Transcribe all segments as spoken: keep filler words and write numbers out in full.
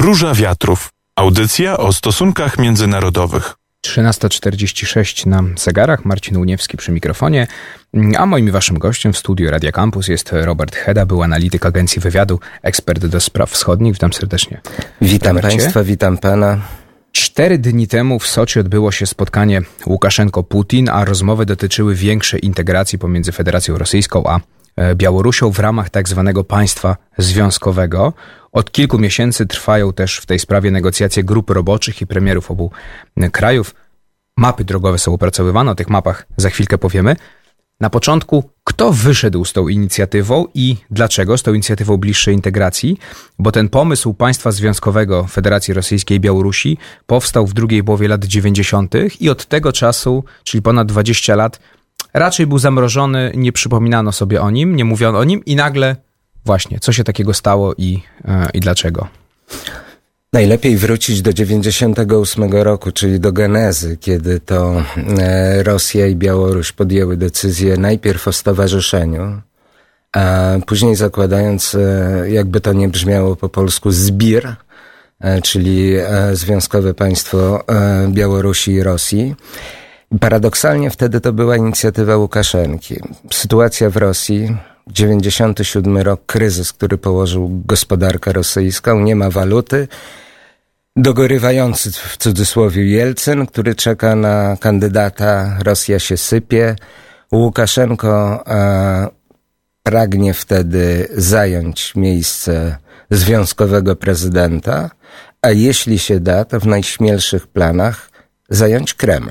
Róża Wiatrów. Audycja o stosunkach międzynarodowych. trzynasta czterdzieści sześć na zegarach, Marcin Uniewski przy mikrofonie, a moim i waszym gościem w studiu Radia Campus jest Robert Heda, był analityk Agencji Wywiadu, ekspert do spraw wschodnich. Witam serdecznie. Witam Robercie. Państwa, witam Pana. Cztery dni temu w Soczi odbyło się spotkanie Łukaszenko-Putin, a rozmowy dotyczyły większej integracji pomiędzy Federacją Rosyjską a Białorusią w ramach tak zwanego państwa związkowego. Od kilku miesięcy trwają też w tej sprawie negocjacje grup roboczych i premierów obu krajów. Mapy drogowe są opracowywane, o tych mapach za chwilkę powiemy. Na początku, kto wyszedł z tą inicjatywą i dlaczego z tą inicjatywą bliższej integracji? Bo ten pomysł państwa związkowego Federacji Rosyjskiej i Białorusi powstał w drugiej połowie lat dziewięćdziesiątych i od tego czasu, czyli ponad dwadzieścia lat, raczej był zamrożony, nie przypominano sobie o nim, nie mówiono o nim i nagle właśnie, co się takiego stało i, yy, i dlaczego? Najlepiej wrócić do dziewięćdziesiątego ósmego roku, czyli do genezy, kiedy to e, Rosja i Białoruś podjęły decyzję najpierw o stowarzyszeniu, a później zakładając, e, jakby to nie brzmiało po polsku, zbir, e, czyli e, Związkowe Państwo e, Białorusi i Rosji. Paradoksalnie wtedy to była inicjatywa Łukaszenki. Sytuacja w Rosji, dziewięćdziesiąty siódmy rok, kryzys, który położył gospodarkę rosyjską, nie ma waluty, dogorywający w cudzysłowie Jelcyn, który czeka na kandydata, Rosja się sypie. Łukaszenko e, pragnie wtedy zająć miejsce związkowego prezydenta, a jeśli się da, to w najśmielszych planach zająć Kreml.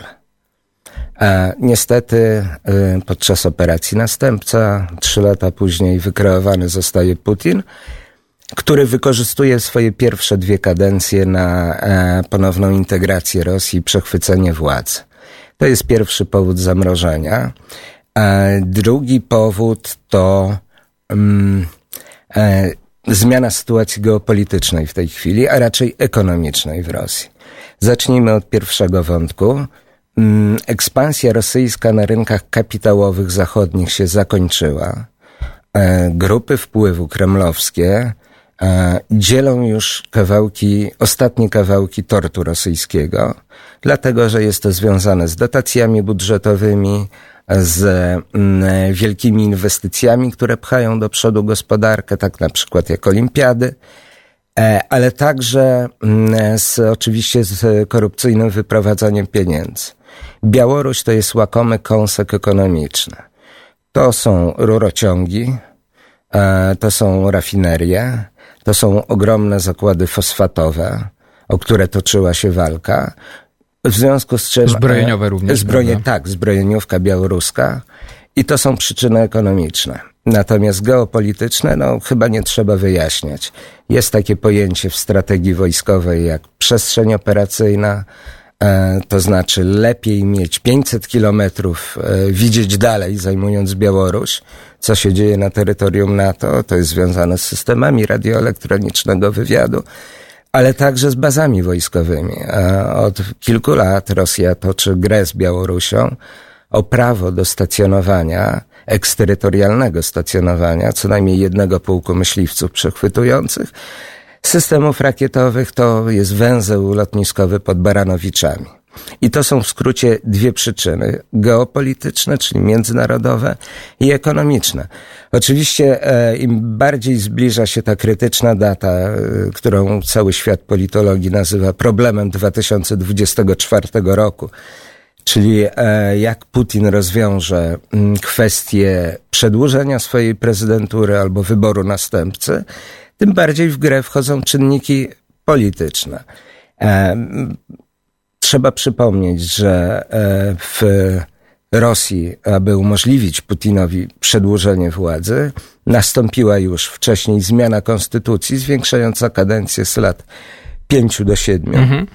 A niestety y, podczas operacji Następca, trzy lata później wykreowany zostaje Putin, który wykorzystuje swoje pierwsze dwie kadencje na e, ponowną integrację Rosji i przechwycenie władzy. To jest pierwszy powód zamrożenia. A drugi powód to mm, e, zmiana sytuacji geopolitycznej w tej chwili, a raczej ekonomicznej w Rosji. Zacznijmy od pierwszego wątku. Ekspansja rosyjska na rynkach kapitałowych zachodnich się zakończyła. Grupy wpływu kremlowskie dzielą już kawałki, ostatnie kawałki tortu rosyjskiego, dlatego że jest to związane z dotacjami budżetowymi, z wielkimi inwestycjami, które pchają do przodu gospodarkę, tak na przykład jak olimpiady, ale także z, oczywiście z korupcyjnym wyprowadzaniem pieniędzy. Białoruś to jest łakomy kąsek ekonomiczny. To są rurociągi, to są rafinerie, to są ogromne zakłady fosfatowe, o które toczyła się walka. W związku z czym... Zbrojeniowe również. Zbroje, tak, zbrojeniówka białoruska. I to są przyczyny ekonomiczne. Natomiast geopolityczne, no chyba nie trzeba wyjaśniać. Jest takie pojęcie w strategii wojskowej jak przestrzeń operacyjna, e, to znaczy lepiej mieć pięćset kilometrów, e, widzieć dalej, zajmując Białoruś. Co się dzieje na terytorium NATO, to jest związane z systemami radioelektronicznego wywiadu, ale także z bazami wojskowymi. E, od kilku lat Rosja toczy grę z Białorusią o prawo do stacjonowania, eksterytorialnego stacjonowania, co najmniej jednego pułku myśliwców przechwytujących, systemów rakietowych. To jest węzeł lotniskowy pod Baranowiczami. I to są w skrócie dwie przyczyny. Geopolityczne, czyli międzynarodowe, i ekonomiczne. Oczywiście e, im bardziej zbliża się ta krytyczna data, e, którą cały świat politologii nazywa problemem dwa tysiące dwudziestego czwartego roku, czyli e, jak Putin rozwiąże m, kwestię przedłużenia swojej prezydentury albo wyboru następcy, tym bardziej w grę wchodzą czynniki polityczne. E, trzeba przypomnieć, że e, w Rosji, aby umożliwić Putinowi przedłużenie władzy, nastąpiła już wcześniej zmiana konstytucji zwiększająca kadencję z lat pięciu do siedmiu. Mhm.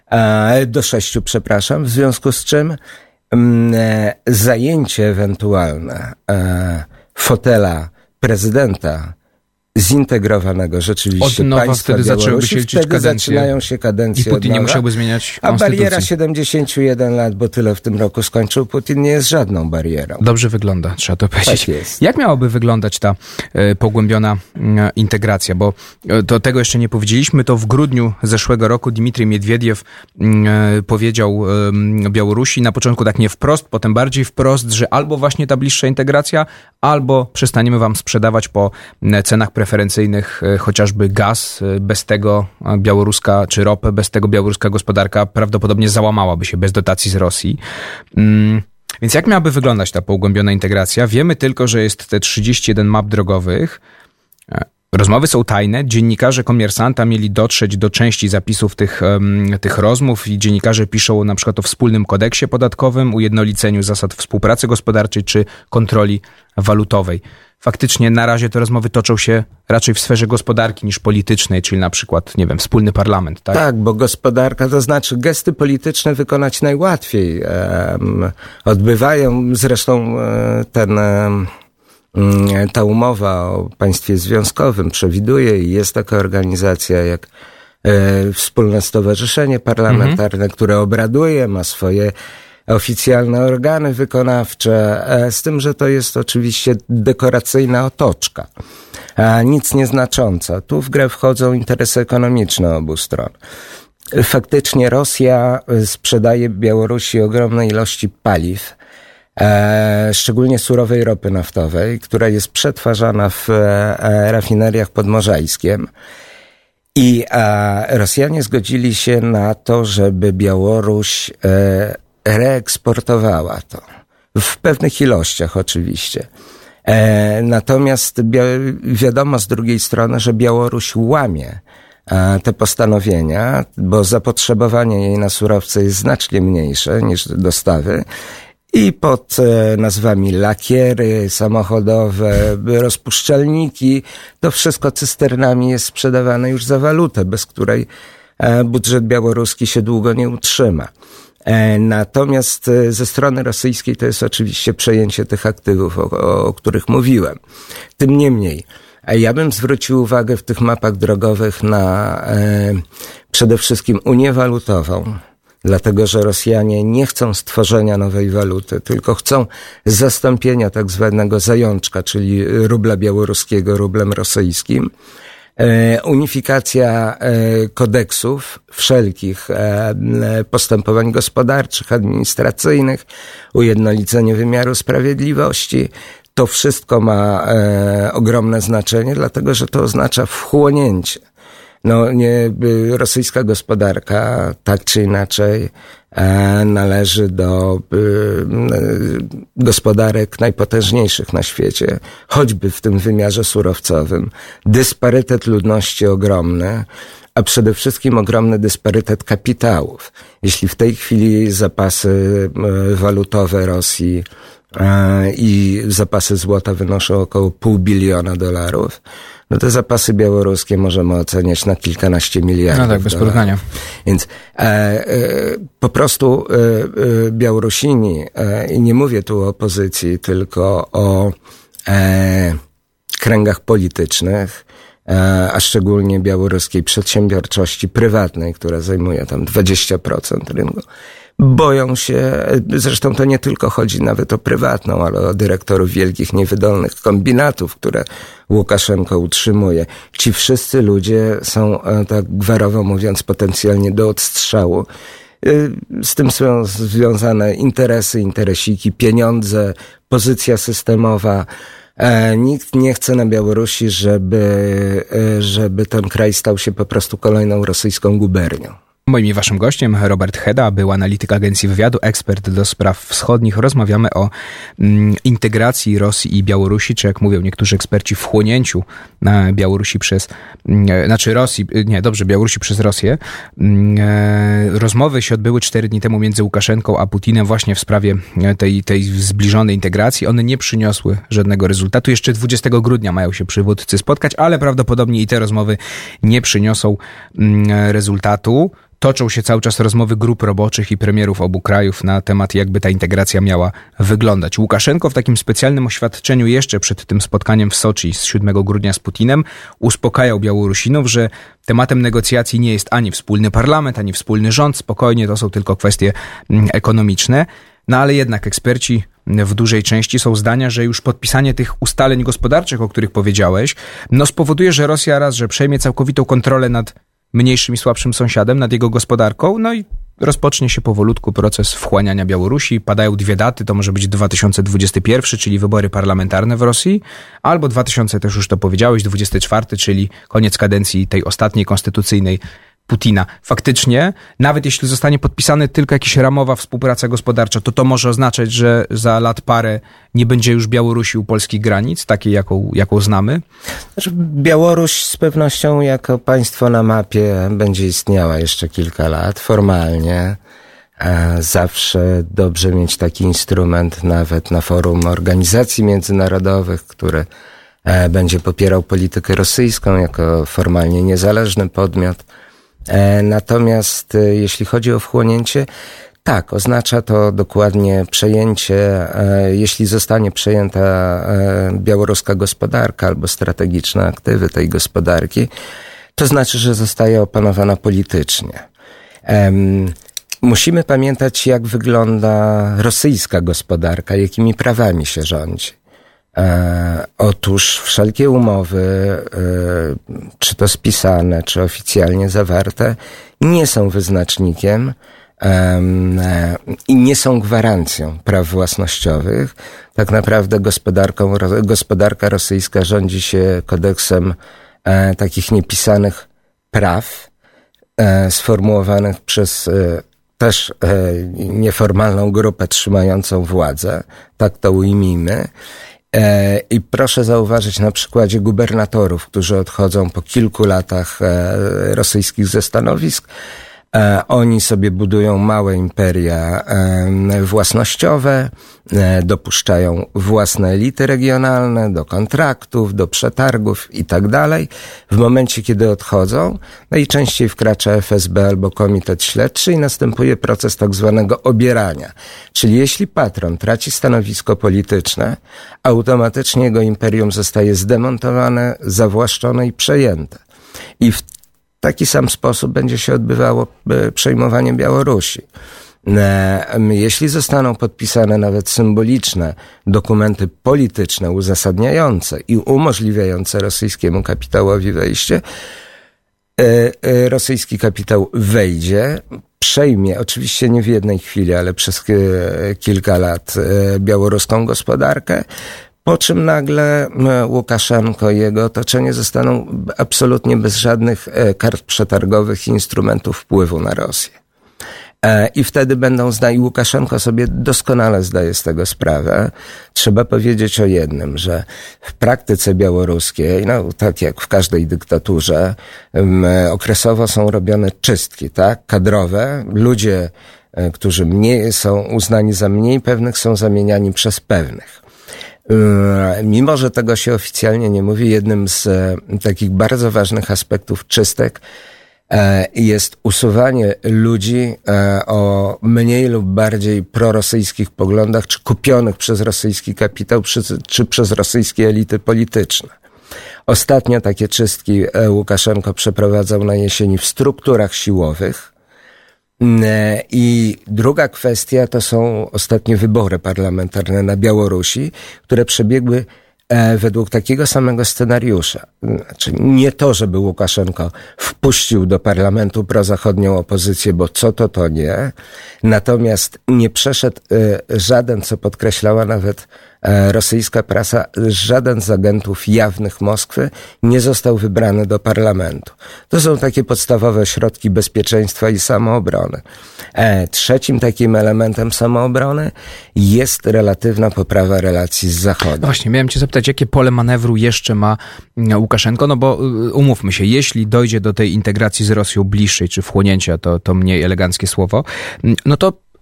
Do sześciu, przepraszam, w związku z czym m, zajęcie ewentualne e, fotela prezydenta zintegrowanego rzeczywiście od nowa państwa wtedy zaczęłyby się liczyć wtedy kadencje. zaczynają się kadencje I Putin nie musiałby zmieniać konstytucji. A bariera siedemdziesiąt jeden lat, bo tyle w tym roku skończył Putin, nie jest żadną barierą. Dobrze wygląda, trzeba to powiedzieć. Tak jest. Jak miałaby wyglądać ta e, pogłębiona e, integracja? Bo e, to tego jeszcze nie powiedzieliśmy. To w grudniu zeszłego roku Dmitrij Miedwiediew e, powiedział e, Białorusi na początku tak nie wprost, potem bardziej wprost, że albo właśnie ta bliższa integracja, albo przestaniemy wam sprzedawać po cenach preferencyjnych e, chociażby gaz. E, bez tego białoruska, czy ropę, bez tego białoruska gospodarka prawdopodobnie załamałaby się bez dotacji z Rosji. Mm. Więc jak miałaby wyglądać ta pogłębiona integracja? Wiemy tylko, że jest te trzydzieści jeden map drogowych. Rozmowy są tajne. Dziennikarze Komersanta mieli dotrzeć do części zapisów tych, um, tych rozmów i dziennikarze piszą na przykład o wspólnym kodeksie podatkowym, ujednoliceniu zasad współpracy gospodarczej czy kontroli walutowej. Faktycznie na razie te rozmowy toczą się raczej w sferze gospodarki niż politycznej, czyli na przykład, nie wiem, wspólny parlament, tak? Tak, bo gospodarka, to znaczy gesty polityczne wykonać najłatwiej. Um, odbywają zresztą ten... Um, Ta umowa o państwie związkowym przewiduje i jest taka organizacja jak e, Wspólne Stowarzyszenie Parlamentarne, mm-hmm. które obraduje, ma swoje oficjalne organy wykonawcze, e, z tym, że to jest oczywiście dekoracyjna otoczka, a nic nieznacząca. Tu w grę wchodzą interesy ekonomiczne obu stron. Faktycznie Rosja sprzedaje Białorusi ogromne ilości paliw, E, szczególnie surowej ropy naftowej, która jest przetwarzana w e, rafineriach pod Morzajskiem. I e, Rosjanie zgodzili się na to, żeby Białoruś e, reeksportowała to. W pewnych ilościach oczywiście. E, natomiast bi- wiadomo z drugiej strony, że Białoruś łamie e, te postanowienia, bo zapotrzebowanie jej na surowce jest znacznie mniejsze niż dostawy. I pod e, nazwami lakiery samochodowe, rozpuszczalniki, to wszystko cysternami jest sprzedawane już za walutę, bez której e, budżet białoruski się długo nie utrzyma. E, natomiast e, ze strony rosyjskiej to jest oczywiście przejęcie tych aktywów, o, o, o których mówiłem. Tym niemniej, e, ja bym zwrócił uwagę w tych mapach drogowych na e, przede wszystkim unię walutową, dlatego że Rosjanie nie chcą stworzenia nowej waluty, tylko chcą zastąpienia tak zwanego zajączka, czyli rubla białoruskiego rublem rosyjskim. E, unifikacja e, kodeksów wszelkich e, postępowań gospodarczych, administracyjnych, ujednolicenie wymiaru sprawiedliwości. To wszystko ma e, ogromne znaczenie, dlatego że to oznacza wchłonięcie. No, nie, rosyjska gospodarka, tak czy inaczej, e, należy do e, gospodarek najpotężniejszych na świecie, choćby w tym wymiarze surowcowym. Dysparytet ludności ogromny, a przede wszystkim ogromny dysparytet kapitałów. Jeśli w tej chwili zapasy e, walutowe Rosji e, i zapasy złota wynoszą około pół biliona dolarów, no te zapasy białoruskie możemy oceniać na kilkanaście miliardów. No tak, bez porównania. Więc e, e, po prostu e, e, Białorusini, e, i nie mówię tu o opozycji, tylko o e, kręgach politycznych, e, a szczególnie białoruskiej przedsiębiorczości prywatnej, która zajmuje tam dwadzieścia procent rynku, boją się, zresztą to nie tylko chodzi nawet o prywatną, ale o dyrektorów wielkich, niewydolnych kombinatów, które Łukaszenko utrzymuje. Ci wszyscy ludzie są, tak gwarowo mówiąc, potencjalnie do odstrzału. Z tym są związane interesy, interesiki, pieniądze, pozycja systemowa. Nikt nie chce na Białorusi, żeby, żeby ten kraj stał się po prostu kolejną rosyjską gubernią. Moim i waszym gościem Robert Heda, był analityk agencji wywiadu, ekspert do spraw wschodnich. Rozmawiamy o mm, integracji Rosji i Białorusi, czy jak mówią niektórzy eksperci, wchłonięciu e, Białorusi przez, e, znaczy Rosji, nie, dobrze, Białorusi przez Rosję. E, rozmowy się odbyły cztery dni temu między Łukaszenką a Putinem właśnie w sprawie tej, tej zbliżonej integracji. One nie przyniosły żadnego rezultatu. Jeszcze dwudziestego grudnia mają się przywódcy spotkać, ale prawdopodobnie i te rozmowy nie przyniosą mm, rezultatu. toczą się cały czas rozmowy grup roboczych i premierów obu krajów na temat, jakby ta integracja miała wyglądać. Łukaszenko w takim specjalnym oświadczeniu jeszcze przed tym spotkaniem w Soczi z siódmego grudnia z Putinem uspokajał Białorusinów, że tematem negocjacji nie jest ani wspólny parlament, ani wspólny rząd. Spokojnie, to są tylko kwestie ekonomiczne. No ale jednak eksperci w dużej części są zdania, że już podpisanie tych ustaleń gospodarczych, o których powiedziałeś, no spowoduje, że Rosja raz, że przejmie całkowitą kontrolę nad mniejszym i słabszym sąsiadem, nad jego gospodarką, no i rozpocznie się powolutku proces wchłaniania Białorusi. Padają dwie daty, to może być dwa tysiące dwudziesty pierwszy, czyli wybory parlamentarne w Rosji, albo dwa tysiące, też już to powiedziałeś, dwudziesty czwarty, czyli koniec kadencji tej ostatniej konstytucyjnej Putina. Faktycznie, nawet jeśli zostanie podpisany tylko jakaś ramowa współpraca gospodarcza, to to może oznaczać, że za lat parę nie będzie już Białorusi u polskich granic, takiej jaką, jaką znamy? Znaczy, Białoruś z pewnością jako państwo na mapie będzie istniała jeszcze kilka lat, formalnie. Zawsze dobrze mieć taki instrument nawet na forum organizacji międzynarodowych, który będzie popierał politykę rosyjską jako formalnie niezależny podmiot. Natomiast jeśli chodzi o wchłonięcie, tak, oznacza to dokładnie przejęcie, jeśli zostanie przejęta białoruska gospodarka albo strategiczne aktywy tej gospodarki, to znaczy, że zostaje opanowana politycznie. Musimy pamiętać, jak wygląda rosyjska gospodarka, jakimi prawami się rządzi. E, otóż wszelkie umowy, e, czy to spisane, czy oficjalnie zawarte, nie są wyznacznikiem e, e, i nie są gwarancją praw własnościowych. Tak naprawdę gospodarką, gospodarka rosyjska rządzi się kodeksem e, takich niepisanych praw e, sformułowanych przez e, też e, nieformalną grupę trzymającą władzę, tak to ujmijmy. I proszę zauważyć na przykładzie gubernatorów, którzy odchodzą po kilku latach rosyjskich ze stanowisk. Oni sobie budują małe imperia własnościowe, dopuszczają własne elity regionalne do kontraktów, do przetargów i tak dalej. W momencie, kiedy odchodzą, najczęściej wkracza F S B albo Komitet Śledczy i następuje proces tak zwanego obierania. Czyli jeśli patron traci stanowisko polityczne, automatycznie jego imperium zostaje zdemontowane, zawłaszczone i przejęte. I w W taki sam sposób będzie się odbywało przejmowanie Białorusi. Jeśli zostaną podpisane nawet symboliczne dokumenty polityczne uzasadniające i umożliwiające rosyjskiemu kapitałowi wejście, rosyjski kapitał wejdzie, przejmie, oczywiście nie w jednej chwili, ale przez kilka lat białoruską gospodarkę, po czym nagle Łukaszenko i jego otoczenie zostaną absolutnie bez żadnych kart przetargowych i instrumentów wpływu na Rosję. I wtedy będą zdać, Łukaszenko sobie doskonale zdaje z tego sprawę. Trzeba powiedzieć o jednym, że w praktyce białoruskiej, no tak jak w każdej dyktaturze, okresowo są robione czystki, tak, kadrowe. Ludzie, którzy mniej są uznani za mniej pewnych, są zamieniani przez pewnych. Mimo że tego się oficjalnie nie mówi, jednym z takich bardzo ważnych aspektów czystek jest usuwanie ludzi o mniej lub bardziej prorosyjskich poglądach, czy kupionych przez rosyjski kapitał, czy przez rosyjskie elity polityczne. Ostatnio takie czystki Łukaszenko przeprowadzał na jesieni w strukturach siłowych. I druga kwestia to są ostatnie wybory parlamentarne na Białorusi, które przebiegły według takiego samego scenariusza. Znaczy nie to, żeby Łukaszenko wpuścił do parlamentu prozachodnią opozycję, bo co to, to nie. Natomiast nie przeszedł żaden, co podkreślała nawet rosyjska prasa, żaden z agentów jawnych Moskwy nie został wybrany do parlamentu. To są takie podstawowe środki bezpieczeństwa i samoobrony. Trzecim takim elementem samoobrony jest relatywna poprawa relacji z Zachodem. No właśnie, miałem cię zapytać, jakie pole manewru jeszcze ma Łukaszenko, no bo umówmy się, jeśli dojdzie do tej integracji z Rosją bliższej, czy wchłonięcia, to, to mniej eleganckie słowo, no to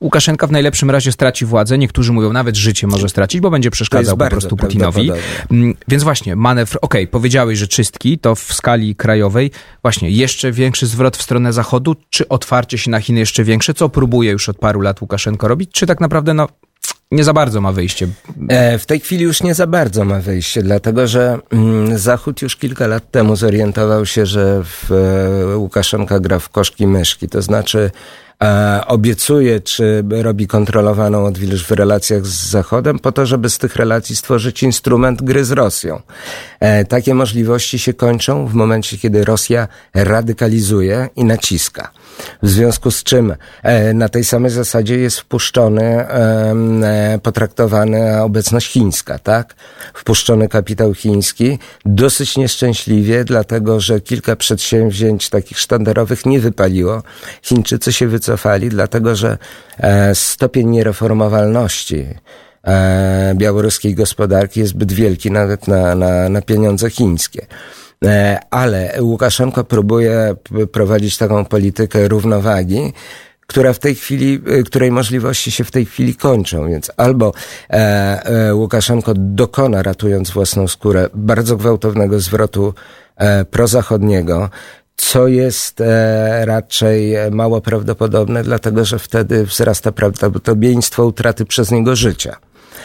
Łukaszenka w najlepszym razie straci władzę, niektórzy mówią nawet życie może stracić, bo będzie przeszkadzał po prostu Putinowi. Więc właśnie, manewr, okej, okay, powiedziałeś, że czystki, to w skali krajowej, właśnie jeszcze większy zwrot w stronę Zachodu, czy otwarcie się na Chiny jeszcze większe, co próbuje już od paru lat Łukaszenko robić, czy tak naprawdę no nie za bardzo ma wyjście? W tej chwili już nie za bardzo ma wyjście, dlatego że Zachód już kilka lat temu zorientował się, że w Łukaszenka gra w koszki myszki, to znaczy obiecuje, czy robi kontrolowaną odwilż w relacjach z Zachodem po to, żeby z tych relacji stworzyć instrument gry z Rosją. Takie możliwości się kończą w momencie, kiedy Rosja radykalizuje i naciska. W związku z czym na tej samej zasadzie jest wpuszczony, potraktowana obecność chińska, tak? Wpuszczony kapitał chiński dosyć nieszczęśliwie, dlatego że kilka przedsięwzięć takich sztandarowych nie wypaliło. Chińczycy się wycofali, dlatego że stopień niereformowalności białoruskiej gospodarki jest zbyt wielki nawet na, na, na pieniądze chińskie. Ale Łukaszenko próbuje prowadzić taką politykę równowagi, która w tej chwili, której możliwości się w tej chwili kończą, więc albo e, e, Łukaszenko dokona, ratując własną skórę, bardzo gwałtownego zwrotu e, prozachodniego, co jest e, raczej mało prawdopodobne, dlatego że wtedy wzrasta prawdopodobieństwo utraty przez niego życia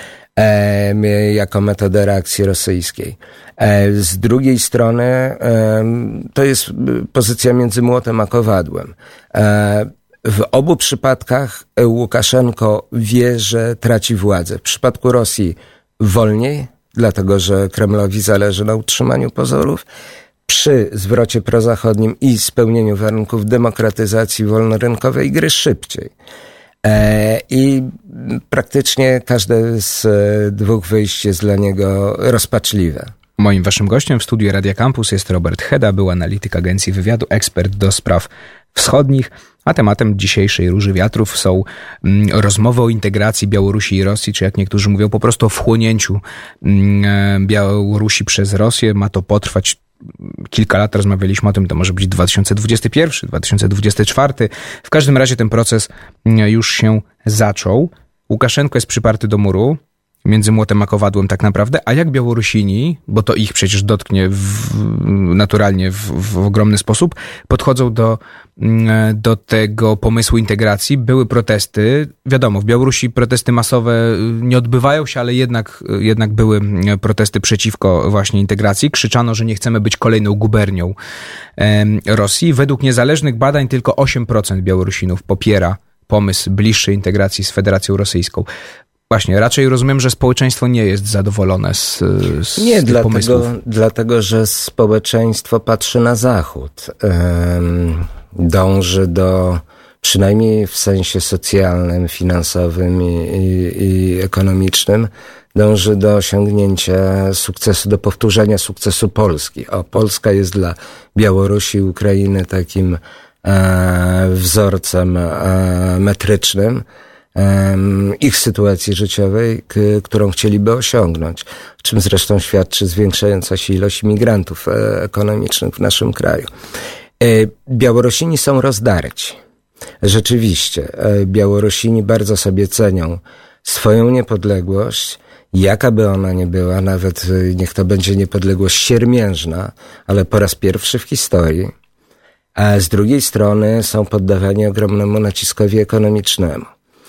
e, jako metodę reakcji rosyjskiej. E, z drugiej strony e, to jest pozycja między młotem a kowadłem. E, W obu przypadkach Łukaszenko wie, że traci władzę. W przypadku Rosji wolniej, dlatego że Kremlowi zależy na utrzymaniu pozorów. Przy zwrocie prozachodnim i spełnieniu warunków demokratyzacji wolnorynkowej gry szybciej. E, I praktycznie każde z dwóch wyjść jest dla niego rozpaczliwe. Moim waszym gościem w studiu Radia Campus jest Robert Heda, był analityk agencji wywiadu, ekspert do spraw wschodnich, a tematem dzisiejszej Róży Wiatrów są mm, rozmowy o integracji Białorusi i Rosji, czy jak niektórzy mówią, po prostu o wchłonięciu mm, Białorusi przez Rosję. Ma to potrwać kilka lat, rozmawialiśmy o tym, to może być dwa tysiące dwudziesty pierwszy, dwa tysiące dwudziesty czwarty. W każdym razie ten proces już się zaczął. Łukaszenko jest przyparty do muru, między młotem a kowadłem tak naprawdę, a jak Białorusini, bo to ich przecież dotknie w, naturalnie w, w ogromny sposób, podchodzą do, do tego pomysłu integracji. Były protesty, wiadomo, w Białorusi protesty masowe nie odbywają się, ale jednak, jednak były protesty przeciwko właśnie integracji. Krzyczano, że nie chcemy być kolejną gubernią Rosji. Według niezależnych badań tylko osiem procent Białorusinów popiera pomysł bliższej integracji z Federacją Rosyjską. Właśnie, raczej rozumiem, że społeczeństwo nie jest zadowolone z, z nie, tych dlatego, pomysłów. Nie, dlatego że społeczeństwo patrzy na Zachód. Ym, dąży do, przynajmniej w sensie socjalnym, finansowym i, i, i ekonomicznym, dąży do osiągnięcia sukcesu, do powtórzenia sukcesu Polski. O, Polska jest dla Białorusi i Ukrainy takim e, wzorcem e, metrycznym ich sytuacji życiowej, k- którą chcieliby osiągnąć, o czym zresztą świadczy zwiększająca się ilość imigrantów e- ekonomicznych w naszym kraju. E- Białorusini są rozdarci. Rzeczywiście, e- Białorusini bardzo sobie cenią swoją niepodległość, jaka by ona nie była, nawet e- niech to będzie niepodległość siermiężna, ale po raz pierwszy w historii. A z drugiej strony są poddawani ogromnemu naciskowi ekonomicznemu.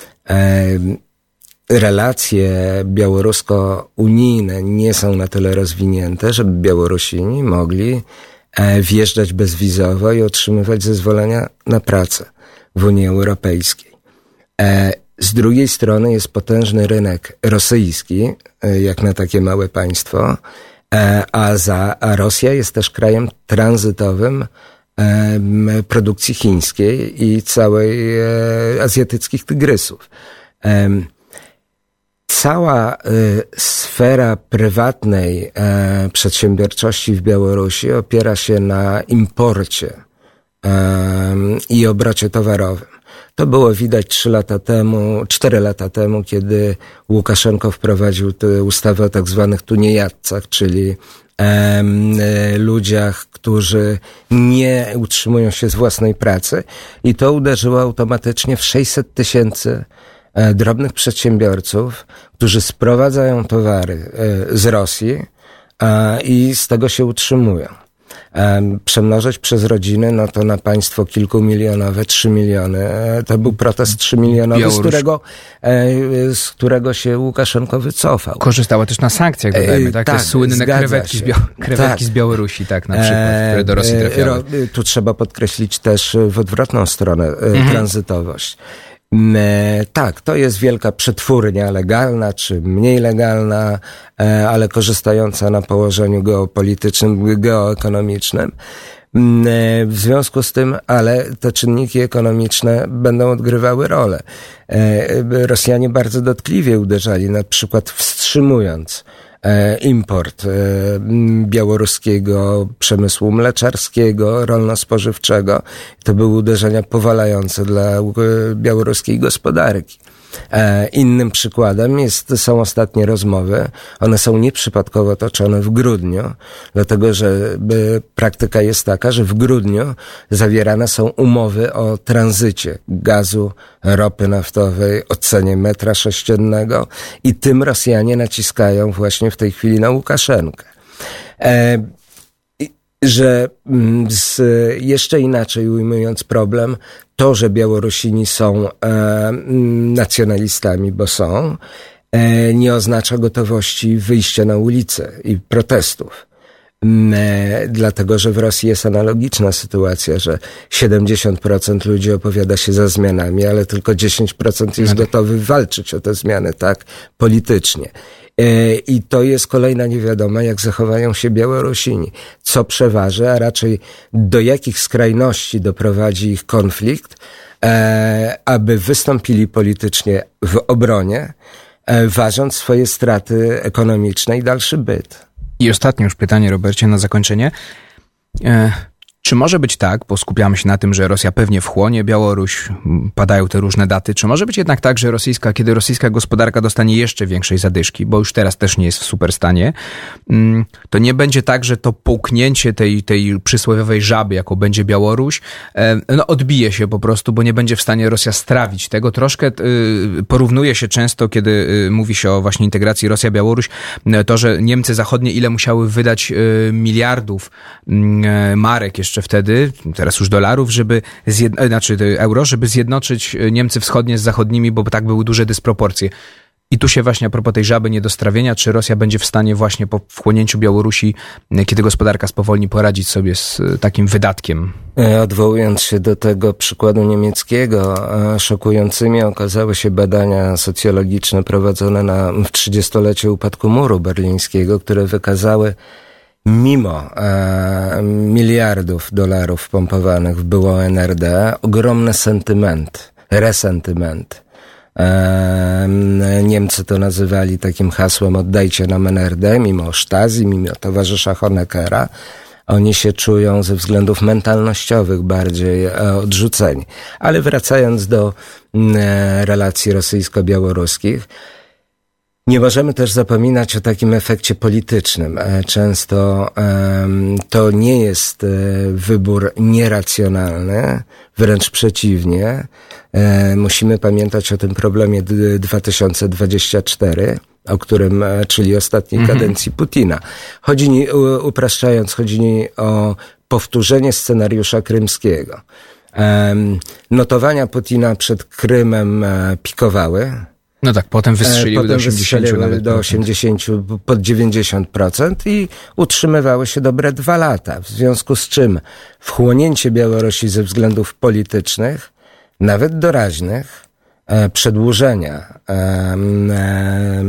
Relacje białorusko-unijne nie są na tyle rozwinięte, żeby Białorusini mogli wjeżdżać bezwizowo i otrzymywać zezwolenia na pracę w Unii Europejskiej. Z drugiej strony jest potężny rynek rosyjski, jak na takie małe państwo, a, za, a Rosja jest też krajem tranzytowym produkcji chińskiej i całej e, azjatyckich tygrysów. E, cała e, sfera prywatnej e, przedsiębiorczości w Białorusi opiera się na imporcie e, i obrocie towarowym. To było widać trzy lata temu, cztery lata temu, kiedy Łukaszenko wprowadził tę ustawę o tak zwanych tuniejadcach, czyli ludziach, którzy nie utrzymują się z własnej pracy i to uderzyło automatycznie w sześćset tysięcy drobnych przedsiębiorców, którzy sprowadzają towary z Rosji i z tego się utrzymują. Przemnożyć przez rodziny, no to na państwo kilkumilionowe, trzy miliony. To był protest trzymilionowy, z którego, z którego się Łukaszenko wycofał. Korzystała też na sankcjach, dodajmy, tak? tak Te słynne krewetki, z, Biał- krewetki tak. z Białorusi, tak, na przykład, które do Rosji trafiały. Tu trzeba podkreślić też w odwrotną stronę mhm. tranzytowość. Tak, to jest wielka przetwórnia legalna, czy mniej legalna, ale korzystająca na położeniu geopolitycznym, geoekonomicznym. W związku z tym, ale te czynniki ekonomiczne będą odgrywały rolę. Rosjanie bardzo dotkliwie uderzali, na przykład wstrzymując import białoruskiego przemysłu mleczarskiego, rolno-spożywczego. To były uderzenia powalające dla białoruskiej gospodarki. Innym przykładem jest, są ostatnie rozmowy. One są nieprzypadkowo toczone w grudniu, dlatego że praktyka jest taka, że w grudniu zawierane są umowy o tranzycie gazu, ropy naftowej, o cenie metra sześciennego i tym Rosjanie naciskają właśnie w tej chwili na Łukaszenkę. E, że z, jeszcze inaczej ujmując problem, to, że Białorusini są e, nacjonalistami, bo są, e, nie oznacza gotowości wyjścia na ulicę i protestów. E, dlatego, że w Rosji jest analogiczna sytuacja, że siedemdziesiąt procent ludzi opowiada się za zmianami, ale tylko dziesięć procent jest gotowy walczyć o te zmiany, tak, politycznie. I to jest kolejna niewiadoma, jak zachowają się Białorusini. Co przeważy, a raczej do jakich skrajności doprowadzi ich konflikt, e, aby wystąpili politycznie w obronie, e, ważąc swoje straty ekonomiczne i dalszy byt. I ostatnie już pytanie, Robercie, na zakończenie. E- Czy może być tak, bo skupiamy się na tym, że Rosja pewnie wchłonie Białoruś, padają te różne daty, czy może być jednak tak, że rosyjska, kiedy rosyjska gospodarka dostanie jeszcze większej zadyszki, bo już teraz też nie jest w superstanie, to nie będzie tak, że to połknięcie tej, tej przysłowiowej żaby, jaką będzie Białoruś, no odbije się po prostu, bo nie będzie w stanie Rosja strawić tego. Troszkę porównuje się często, kiedy mówi się o właśnie integracji Rosja-Białoruś, to, że Niemcy zachodnie ile musiały wydać miliardów marek jeszcze wtedy, teraz już dolarów, żeby zjed... znaczy euro, żeby zjednoczyć Niemcy wschodnie z zachodnimi, bo tak były duże dysproporcje. I tu się właśnie a propos tej żaby niedostrawienia, czy Rosja będzie w stanie właśnie po wchłonięciu Białorusi, kiedy gospodarka spowolni, poradzić sobie z takim wydatkiem? Odwołując się do tego przykładu niemieckiego, szokującymi okazały się badania socjologiczne prowadzone na, w trzydziestolecie upadku muru berlińskiego, które wykazały, mimo e, miliardów dolarów pompowanych w byłą N R D, ogromny sentyment, resentyment. E, Niemcy to nazywali takim hasłem oddajcie nam N R D, mimo Stasi, mimo towarzysza Honeckera. Oni się czują ze względów mentalnościowych bardziej e, odrzuceni. Ale wracając do e, relacji rosyjsko-białoruskich, nie możemy też zapominać o takim efekcie politycznym. Często um, to nie jest wybór nieracjonalny, wręcz przeciwnie. E, musimy pamiętać o tym problemie dwa tysiące dwudziestym czwartym, o którym, czyli ostatniej mhm. kadencji Putina. Chodzi, upraszczając, chodzi o powtórzenie scenariusza krymskiego. Um, notowania Putina przed Krymem pikowały. No tak, potem wystrzeliły potem do osiemdziesięciu nawet do osiemdziesięciu, pod dziewięćdziesiąt procent i utrzymywały się dobre dwa lata. W związku z czym wchłonięcie Białorusi ze względów politycznych, nawet doraźnych, e, przedłużenia e, e,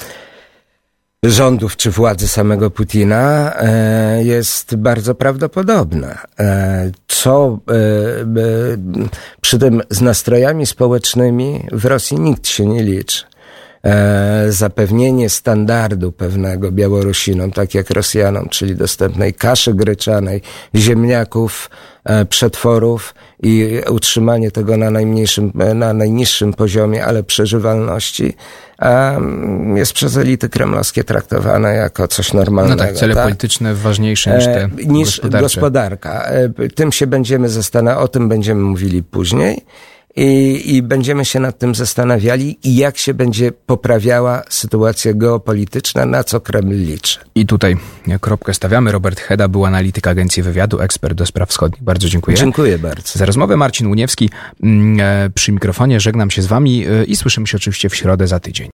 rządów czy władzy samego Putina e, jest bardzo prawdopodobne. E, co e, e, przy tym z nastrojami społecznymi w Rosji nikt się nie liczy. e, zapewnienie standardu pewnego Białorusinom, tak jak Rosjanom, czyli dostępnej kaszy gryczanej, ziemniaków, e, przetworów i utrzymanie tego na najmniejszym, na najniższym poziomie, ale przeżywalności, a jest przez elity kremlowskie traktowane jako coś normalnego. No tak, cele tak? polityczne ważniejsze niż te e, niż gospodarcze. gospodarka. E, tym się będziemy zastanawiać, o tym będziemy mówili później. I, I będziemy się nad tym zastanawiali, jak się będzie poprawiała sytuacja geopolityczna, na co Kreml liczy. I tutaj kropkę stawiamy. Robert Heda był analityk Agencji Wywiadu, ekspert do spraw wschodnich. Bardzo dziękuję. Dziękuję bardzo. Za rozmowę Marcin Łuniewski przy mikrofonie. Żegnam się z wami i słyszymy się oczywiście w środę za tydzień.